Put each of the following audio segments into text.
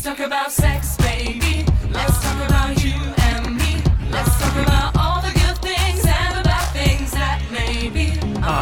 talk about sex, baby. Let's talk about you and me. Let's talk about all the good things and the bad things that may be.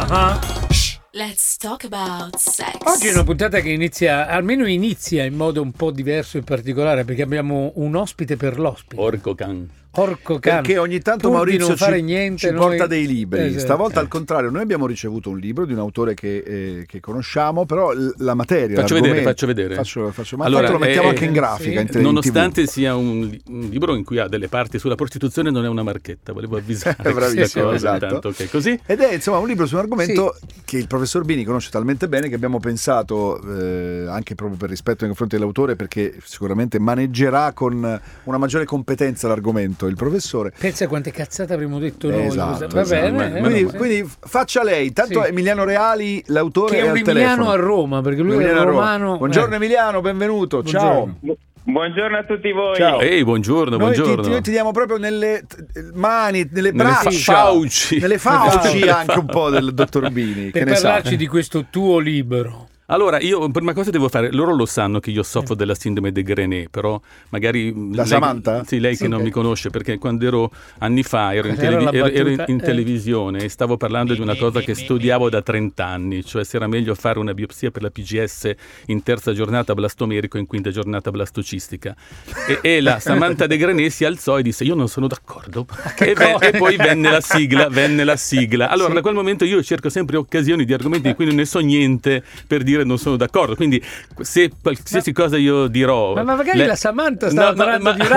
Let's talk about sex. Oggi è una puntata che inizia in modo un po' diverso e particolare, perché abbiamo un ospite per l'ospite. Porco can. Perché ogni tanto Maurizio ci porta dei libri. Esatto. Stavolta al contrario, noi abbiamo ricevuto un libro di un autore che conosciamo, però la materia, Faccio vedere. Ma allora, lo mettiamo anche in grafica, in nonostante sia un libro in cui ha delle parti sulla prostituzione, non è una marchetta, volevo avvisare. Bravissimo, cosa, esatto. tanto, okay, così. Ed è insomma un libro su un argomento che il professor Bini conosce talmente bene che abbiamo pensato, anche proprio per rispetto nei confronti dell'autore, perché sicuramente maneggerà con una maggiore competenza l'argomento il professore. Pensa quante cazzate avremmo detto noi. Esatto, Va bene. Quindi faccia lei. Tanto Emiliano Reali, l'autore, che è un al Emiliano telefono. a Roma, perché lui è romano. Buongiorno Emiliano, benvenuto. Buongiorno. Ciao. Buongiorno a tutti voi. Ciao. Ehi, buongiorno. Noi ti diamo proprio nelle mani, nelle braccia, fauci. nelle fauci anche un po' del dottor Bini. Per che ne sa. parlarci di questo tuo libro. Allora, io prima cosa devo fare, loro lo sanno che io soffro della sindrome di Grenet, però magari... Samantha? Sì, lei che non mi conosce, perché quando ero anni fa ero in televisione e stavo parlando di una cosa che studiavo da 30 anni, cioè se era meglio fare una biopsia per la PGS in terza giornata blastomerico e in quinta giornata blastocistica. E la Samantha de Grenet si alzò e disse io non sono d'accordo e poi venne la sigla. Allora da quel momento io cerco sempre occasioni di argomenti di cui non ne so niente per dire non sono d'accordo, quindi se qualsiasi cosa io dirò ma magari la Samantha stava parlando di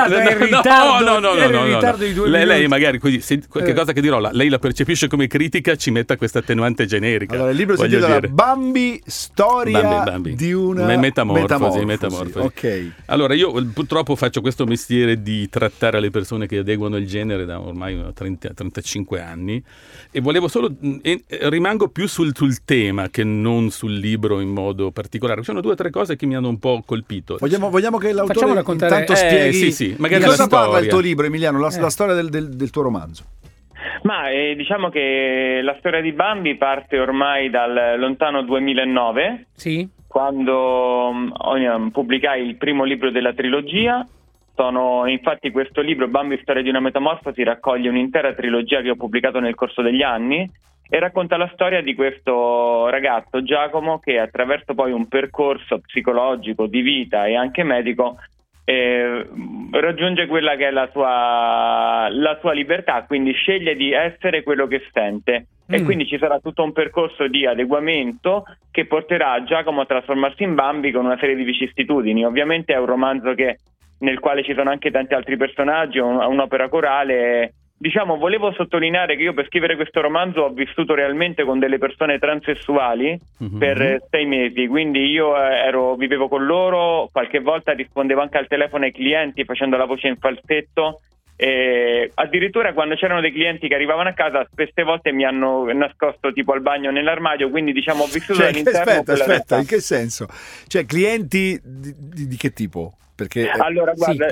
ritardo di 2 minuti. Lei magari così se qualche cosa che dirò lei la percepisce come critica, ci metta questa attenuante generica. Allora il libro si intitola Bambi, storia Bambi. di una metamorfosi. Ok. Allora io purtroppo faccio questo mestiere di trattare le persone che adeguano il genere da ormai 35 anni e volevo solo rimango più sul tema che non sul libro in modo particolare. Ci sono 2 o 3 cose che mi hanno un po' colpito. Vogliamo che l'autore intanto spieghi magari di cosa la storia. parla il tuo libro, Emiliano, la storia del tuo romanzo. Ma diciamo che la storia di Bambi parte ormai dal lontano 2009, quando pubblicai il primo libro della trilogia. Infatti questo libro, Bambi, storia di una metamorfosi, raccoglie un'intera trilogia che ho pubblicato nel corso degli anni e racconta la storia di questo ragazzo Giacomo che attraverso poi un percorso psicologico, di vita e anche medico raggiunge quella che è la sua libertà, quindi sceglie di essere quello che sente e quindi ci sarà tutto un percorso di adeguamento che porterà Giacomo a trasformarsi in Bambi con una serie di vicissitudini. Ovviamente è un romanzo nel quale ci sono anche tanti altri personaggi, un'opera corale. Diciamo, volevo sottolineare che io per scrivere questo romanzo ho vissuto realmente con delle persone transessuali per 6 mesi, quindi io vivevo con loro, qualche volta rispondevo anche al telefono ai clienti facendo la voce in falsetto e addirittura quando c'erano dei clienti che arrivavano a casa spesse volte mi hanno nascosto tipo al bagno nell'armadio, quindi diciamo ho vissuto all'interno. Aspetta, in che senso? Cioè clienti di che tipo? Perché allora guarda,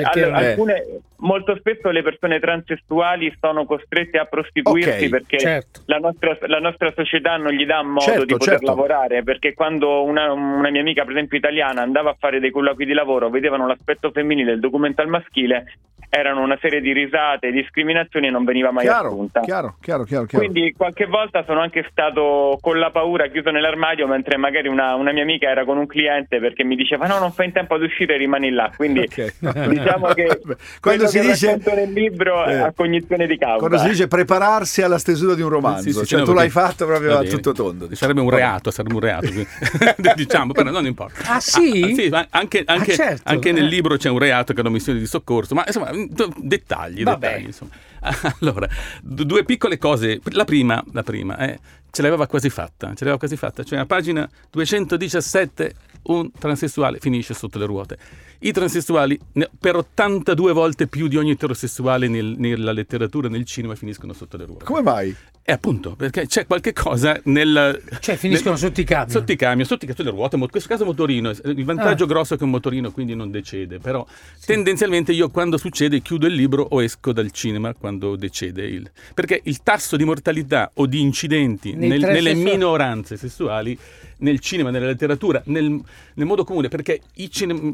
molto spesso le persone transessuali sono costrette a prostituirsi perché la nostra società non gli dà modo di poter lavorare, perché quando una mia amica per esempio italiana andava a fare dei colloqui di lavoro, vedevano l'aspetto femminile, il documento al maschile, erano una serie di risate, discriminazioni e non veniva mai assunta. Chiaro. Quindi qualche volta sono anche stato con la paura chiuso nell'armadio mentre magari una mia amica era con un cliente perché mi diceva no, non fai in tempo ad uscire, rimani là. Quindi diciamo che quando si dice nel libro a cognizione di causa. Quando si dice prepararsi alla stesura di un romanzo, cioè tu l'hai fatto proprio a tutto tondo. Sarebbe un reato, diciamo, però non importa. Ah sì? Sì, anche nel libro c'è un reato che è un'omissione di soccorso, ma insomma dettagli insomma. Allora, 2 piccole cose. La prima ce l'aveva quasi fatta, cioè a pagina 217 un transessuale finisce sotto le ruote. I transessuali per 82 volte più di ogni eterosessuale nella letteratura, nel cinema, finiscono sotto le ruote. Come mai? Appunto, perché c'è qualche cosa nel... Cioè finiscono sotto i camion. Sotto le ruote, in questo caso motorino. Il vantaggio grosso è che un motorino quindi non decede, però tendenzialmente io quando succede chiudo il libro o esco dal cinema quando decede perché il tasso di mortalità o di incidenti nelle minoranze sessuali nel cinema, nella letteratura, nel modo comune, perché i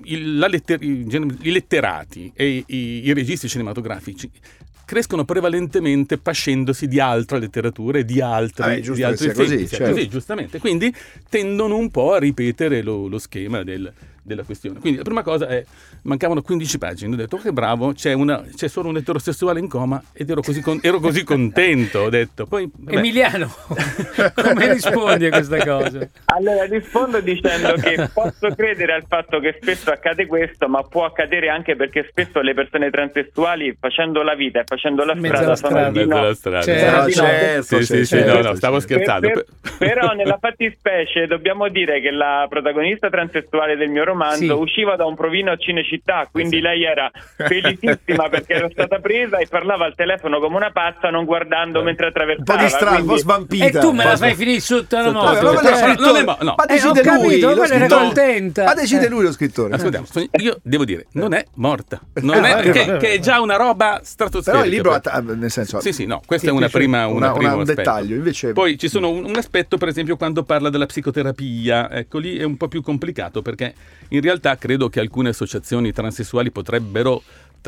letterati e i registi cinematografici crescono prevalentemente pascendosi di altra letteratura e di altri film. Così, certo. Così, giustamente. Quindi tendono un po' a ripetere lo schema della questione. Quindi la prima cosa è: mancavano 15 pagine. Ho detto che bravo, c'è solo un eterosessuale in coma, ed ero così contento. Ho detto. Poi, Emiliano, come rispondi a questa cosa? Allora rispondo dicendo che posso credere al fatto che spesso accade questo, ma può accadere anche perché spesso le persone transessuali, facendo la vita e facendo la strada, sono di no. Certo. No, stavo scherzando. Però nella fattispecie dobbiamo dire che la protagonista transessuale del mio romanzo usciva da un provino a Cinecittà, quindi lei era felicissima perché era stata presa e parlava al telefono come una pazza, non guardando mentre attraversava. Un po' distratta, un po' svampita. E tu me la fai finire sotto la moto. Ma decide lui, lo scrittore. Ma decide lui, lo scrittore. Ascoltiamo, io devo dire, non è morta, che è già una roba stratosferica. Però il libro, nel senso, sì, no, questa è un dettaglio. Invece poi ci sono un aspetto, per esempio, quando parla della psicoterapia, ecco, lì è un po' più complicato, perché in realtà credo che alcune associazioni transessuali potrebbero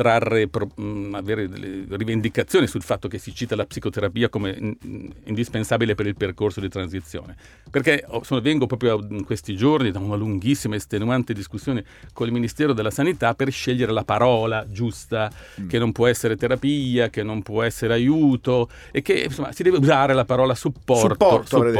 avere delle rivendicazioni sul fatto che si cita la psicoterapia come indispensabile per il percorso di transizione, perché vengo proprio in questi giorni da una lunghissima e estenuante discussione con il Ministero della Sanità per scegliere la parola giusta, che non può essere terapia, che non può essere aiuto, e che insomma si deve usare la parola supporto,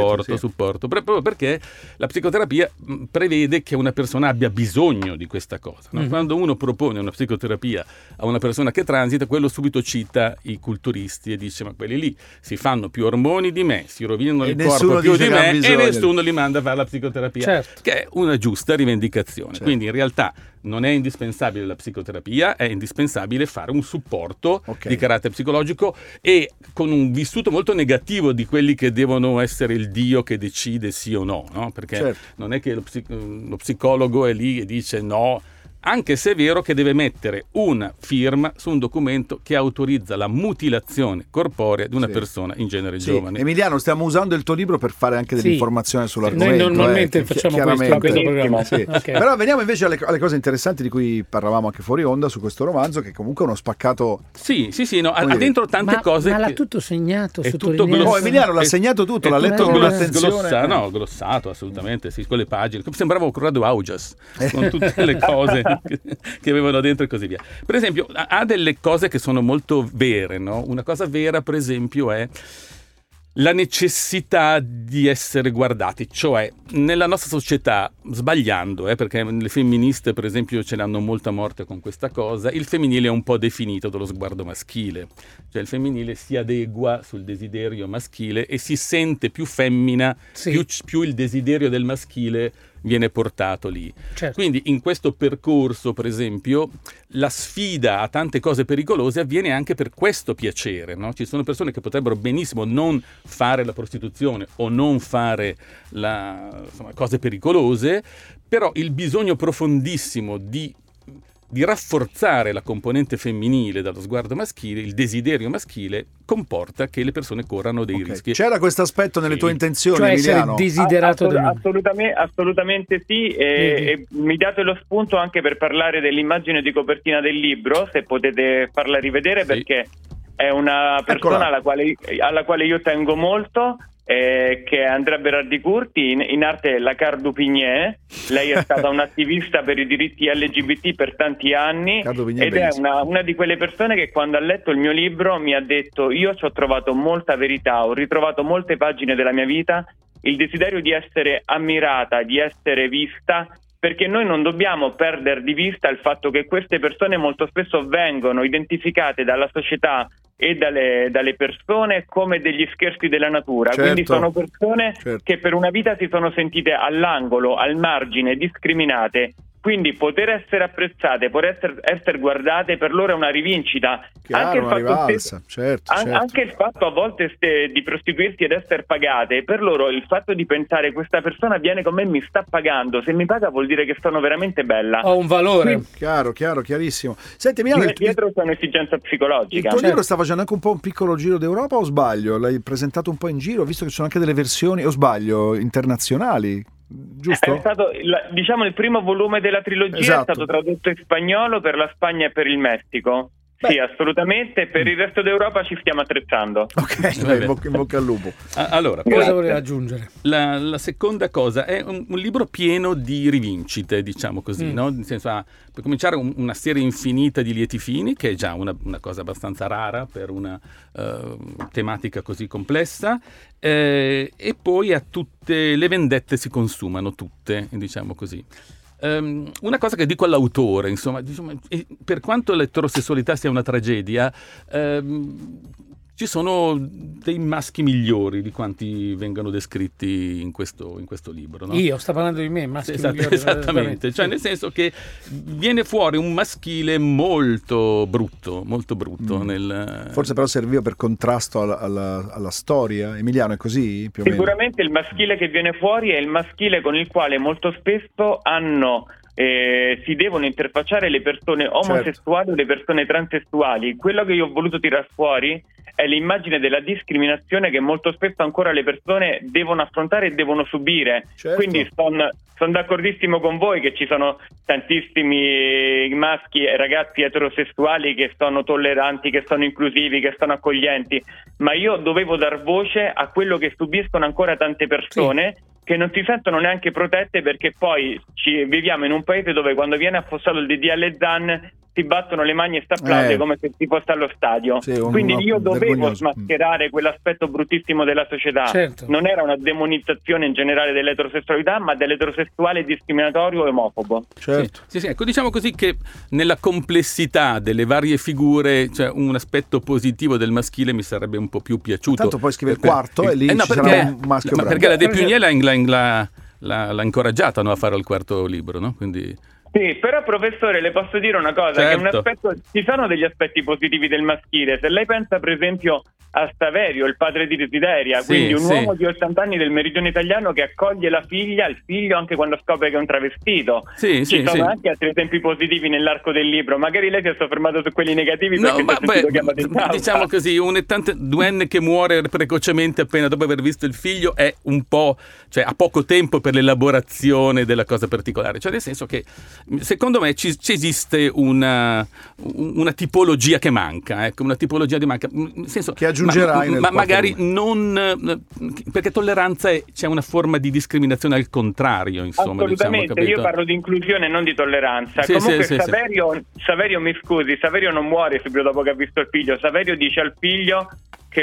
proprio perché la psicoterapia prevede che una persona abbia bisogno di questa cosa, no? Quando uno propone una psicoterapia a una persona che transita, quello subito cita i culturisti e dice: ma quelli lì si fanno più ormoni di me, si rovinano il corpo più di me, e nessuno li manda a fare la psicoterapia, certo. Che è una giusta rivendicazione, certo. Quindi in realtà non è indispensabile la psicoterapia, è indispensabile fare un supporto di carattere psicologico, e con un vissuto molto negativo di quelli che devono essere il Dio che decide sì o no, perché certo. Non è che lo psicologo è lì e dice no, anche se è vero che deve mettere una firma su un documento che autorizza la mutilazione corporea di una persona, in genere giovane. Emiliano, stiamo usando il tuo libro per fare anche dell'informazione sull'argomento. Noi normalmente facciamo questo in questo programma. Però veniamo invece alle cose interessanti di cui parlavamo anche fuori onda su questo romanzo, che comunque è uno spaccato. Ha dentro tante cose. Ma l'ha tutto segnato, sottolineato. Emiliano l'ha segnato tutto, l'ha letto con attenzione. Glossato assolutamente, con le pagine. Sembrava Corrado Augias, con tutte le cose che avevano dentro e così via. Per esempio, ha delle cose che sono molto vere, no? Una cosa vera, per esempio, è la necessità di essere guardati, cioè nella nostra società, sbagliando, perché le femministe per esempio ce l'hanno molto a morte con questa cosa, il femminile è un po' definito dallo sguardo maschile, cioè il femminile si adegua sul desiderio maschile e si sente più femmina, più il desiderio del maschile viene portato lì. Certo. Quindi in questo percorso, per esempio, la sfida a tante cose pericolose avviene anche per questo piacere, no? Ci sono persone che potrebbero benissimo non fare la prostituzione o non fare cose pericolose, però il bisogno profondissimo di rafforzare la componente femminile dallo sguardo maschile, il desiderio maschile, comporta che le persone corrano dei rischi. C'era questo aspetto nelle tue intenzioni, cioè Emiliano? Essere desiderato assolutamente sì, e mi date lo spunto anche per parlare dell'immagine di copertina del libro, se potete farla rivedere, perché è una persona alla quale io tengo molto, che è Andrea Berardi Curti, in arte la Car Dupigné. Lei è stata un'attivista per i diritti LGBT per tanti anni ed è una di quelle persone che quando ha letto il mio libro mi ha detto: io ci ho trovato molta verità, ho ritrovato molte pagine della mia vita, il desiderio di essere ammirata, di essere vista, perché noi non dobbiamo perdere di vista il fatto che queste persone molto spesso vengono identificate dalla società e dalle persone come degli scherzi della natura, quindi sono persone che per una vita si sono sentite all'angolo, al margine, discriminate. Quindi poter essere apprezzate, poter essere guardate, per loro è una rivincita. Chiaro, anche il fatto a volte di prostituirsi ed essere pagate, per loro il fatto di pensare: questa persona viene con me e mi sta pagando, se mi paga vuol dire che sono veramente bella. Ho un valore. Chiaro, chiarissimo. Senti, dietro c'è un'esigenza psicologica. Il tuo libro sta facendo anche un po' un piccolo giro d'Europa, o sbaglio? L'hai presentato un po' in giro, visto che ci sono anche delle versioni, o sbaglio, internazionali? giusto? È stato, diciamo, il primo volume della trilogia, esatto. È stato tradotto in spagnolo per la Spagna e per il Messico. Beh. Sì, assolutamente. Per il resto d'Europa ci stiamo attrezzando. Ok, in bocca al lupo. Allora, cosa voleva aggiungere? La seconda cosa è un libro pieno di rivincite, diciamo così, no? Nel senso, per cominciare una serie infinita di lieti fini, che è già una cosa abbastanza rara per una tematica così complessa, e poi a tutte le vendette si consumano tutte, diciamo così. Una cosa che dico all'autore, insomma, per quanto l'eterosessualità sia una tragedia, ci sono dei maschi migliori di quanti vengono descritti in questo libro, no? Io sto parlando di me, maschi migliori. Esattamente, cioè nel senso che viene fuori un maschile molto brutto. Forse però serviva per contrasto alla storia. Emiliano, è così? Più o meno? Sicuramente il maschile che viene fuori è il maschile con il quale molto spesso si devono interfacciare le persone omosessuali o le persone transessuali. Quello che io ho voluto tirar fuori è l'immagine della discriminazione che molto spesso ancora le persone devono affrontare e devono subire. Certo. Quindi sono d'accordissimo con voi che ci sono tantissimi maschi e ragazzi eterosessuali che sono tolleranti, che sono inclusivi, che sono accoglienti, ma io dovevo dar voce a quello che subiscono ancora tante persone, che non si sentono neanche protette, perché poi viviamo in un paese dove quando viene affossato il DDL Zan si battono le mani e si applaude come se si fosse allo stadio. Quindi io dovevo smascherare quell'aspetto bruttissimo della società. Certo. Non era una demonizzazione in generale dell'eterosessualità, ma dell'eterosessuale discriminatorio e omofobo. Certo. Sì, ecco, diciamo così che nella complessità delle varie figure, cioè, un aspetto positivo del maschile mi sarebbe un po' più piaciuto. Tanto poi scrive il quarto e lì ci sarà un maschio bravo. Perché la De Puniel l'ha incoraggiata, no, a fare il quarto libro, no? Quindi... Sì, però professore, le posso dire una cosa, certo. Che un aspetto, ci sono degli aspetti positivi del maschile. Se lei pensa per esempio a Saverio, il padre di Desideria, quindi un uomo di 80 anni del meridione italiano che accoglie la figlia, il figlio, anche quando scopre che è un travestito. Ci sono anche altri esempi positivi nell'arco del libro. Magari lei si è soffermato su quelli negativi diciamo così, un 82enne che muore precocemente appena dopo aver visto il figlio è un po', cioè ha poco tempo per l'elaborazione della cosa particolare, cioè nel senso che secondo me ci esiste una tipologia che manca, ecco, una tipologia di manca, nel senso che aggiungerai ma magari non, perché tolleranza c'è una forma di discriminazione al contrario, insomma. Assolutamente, diciamo, io parlo di inclusione, non di tolleranza. Comunque Saverio, mi scusi, Saverio non muore subito dopo che ha visto il figlio. Saverio dice al figlio che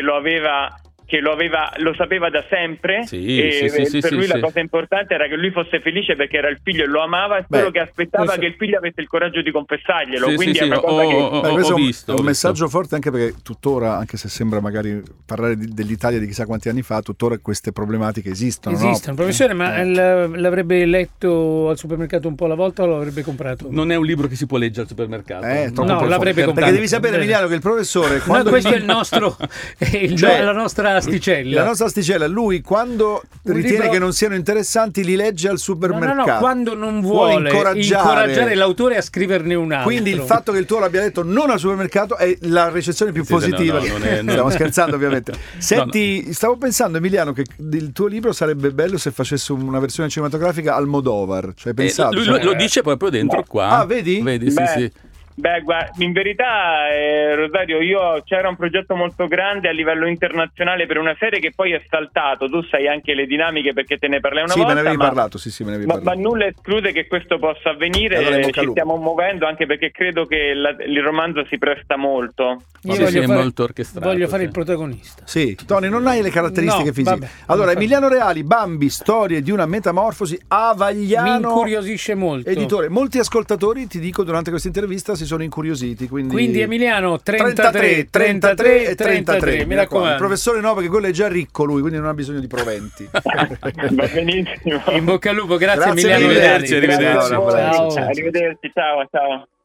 lo sapeva da sempre, per lui la cosa importante era che lui fosse felice perché era il figlio e lo amava, e solo che aspettava che il figlio avesse il coraggio di confessarglielo. Quindi è una cosa è un messaggio forte, anche perché tuttora, anche se sembra magari parlare dell'Italia di chissà quanti anni fa, tuttora queste problematiche esistono. No? Professore, ma l'avrebbe letto al supermercato un po' alla volta o lo avrebbe comprato? Non è un libro che si può leggere al supermercato. No, l'avrebbe comprato. Perché devi sapere, Emiliano, che il professore questo è il nostro la nostra asticella. La nostra asticella, lui quando ritiene che non siano interessanti li legge al supermercato. No, quando non vuole incoraggiare l'autore a scriverne un altro. Quindi il fatto che il tuo l'abbia letto non al supermercato è la recensione più positiva. Stiamo scherzando, ovviamente. Senti, stavo pensando, Emiliano, che il tuo libro sarebbe bello se facesse una versione cinematografica Almodovar. Cioè, pensato? Lui lo dice proprio dentro qua. Ah, vedi? Sì. Beh, guarda, in verità, Rosario, c'era un progetto molto grande a livello internazionale per una serie che poi è saltato. Tu sai anche le dinamiche perché te ne parlai una volta. Me ne avevi parlato, me ne avevi parlato. Ma nulla esclude che questo possa avvenire. Allora, ci stiamo muovendo, anche perché credo che il romanzo si presta molto. È molto orchestrato. Voglio fare il protagonista. Sì, Tony, non hai le caratteristiche fisiche. Vabbè, allora, Emiliano Reali, Bambi, storie di una metamorfosi, Avagliano. Mi incuriosisce molto. Editore, molti ascoltatori, ti dico, durante questa intervista si sono incuriositi. Quindi Emiliano, 33, e 33. Mi raccomando. Il professore no, perché quello è già ricco lui, quindi non ha bisogno di proventi. Va benissimo. In bocca al lupo, grazie Emiliano. Arrivederci. Arrivederci, ciao.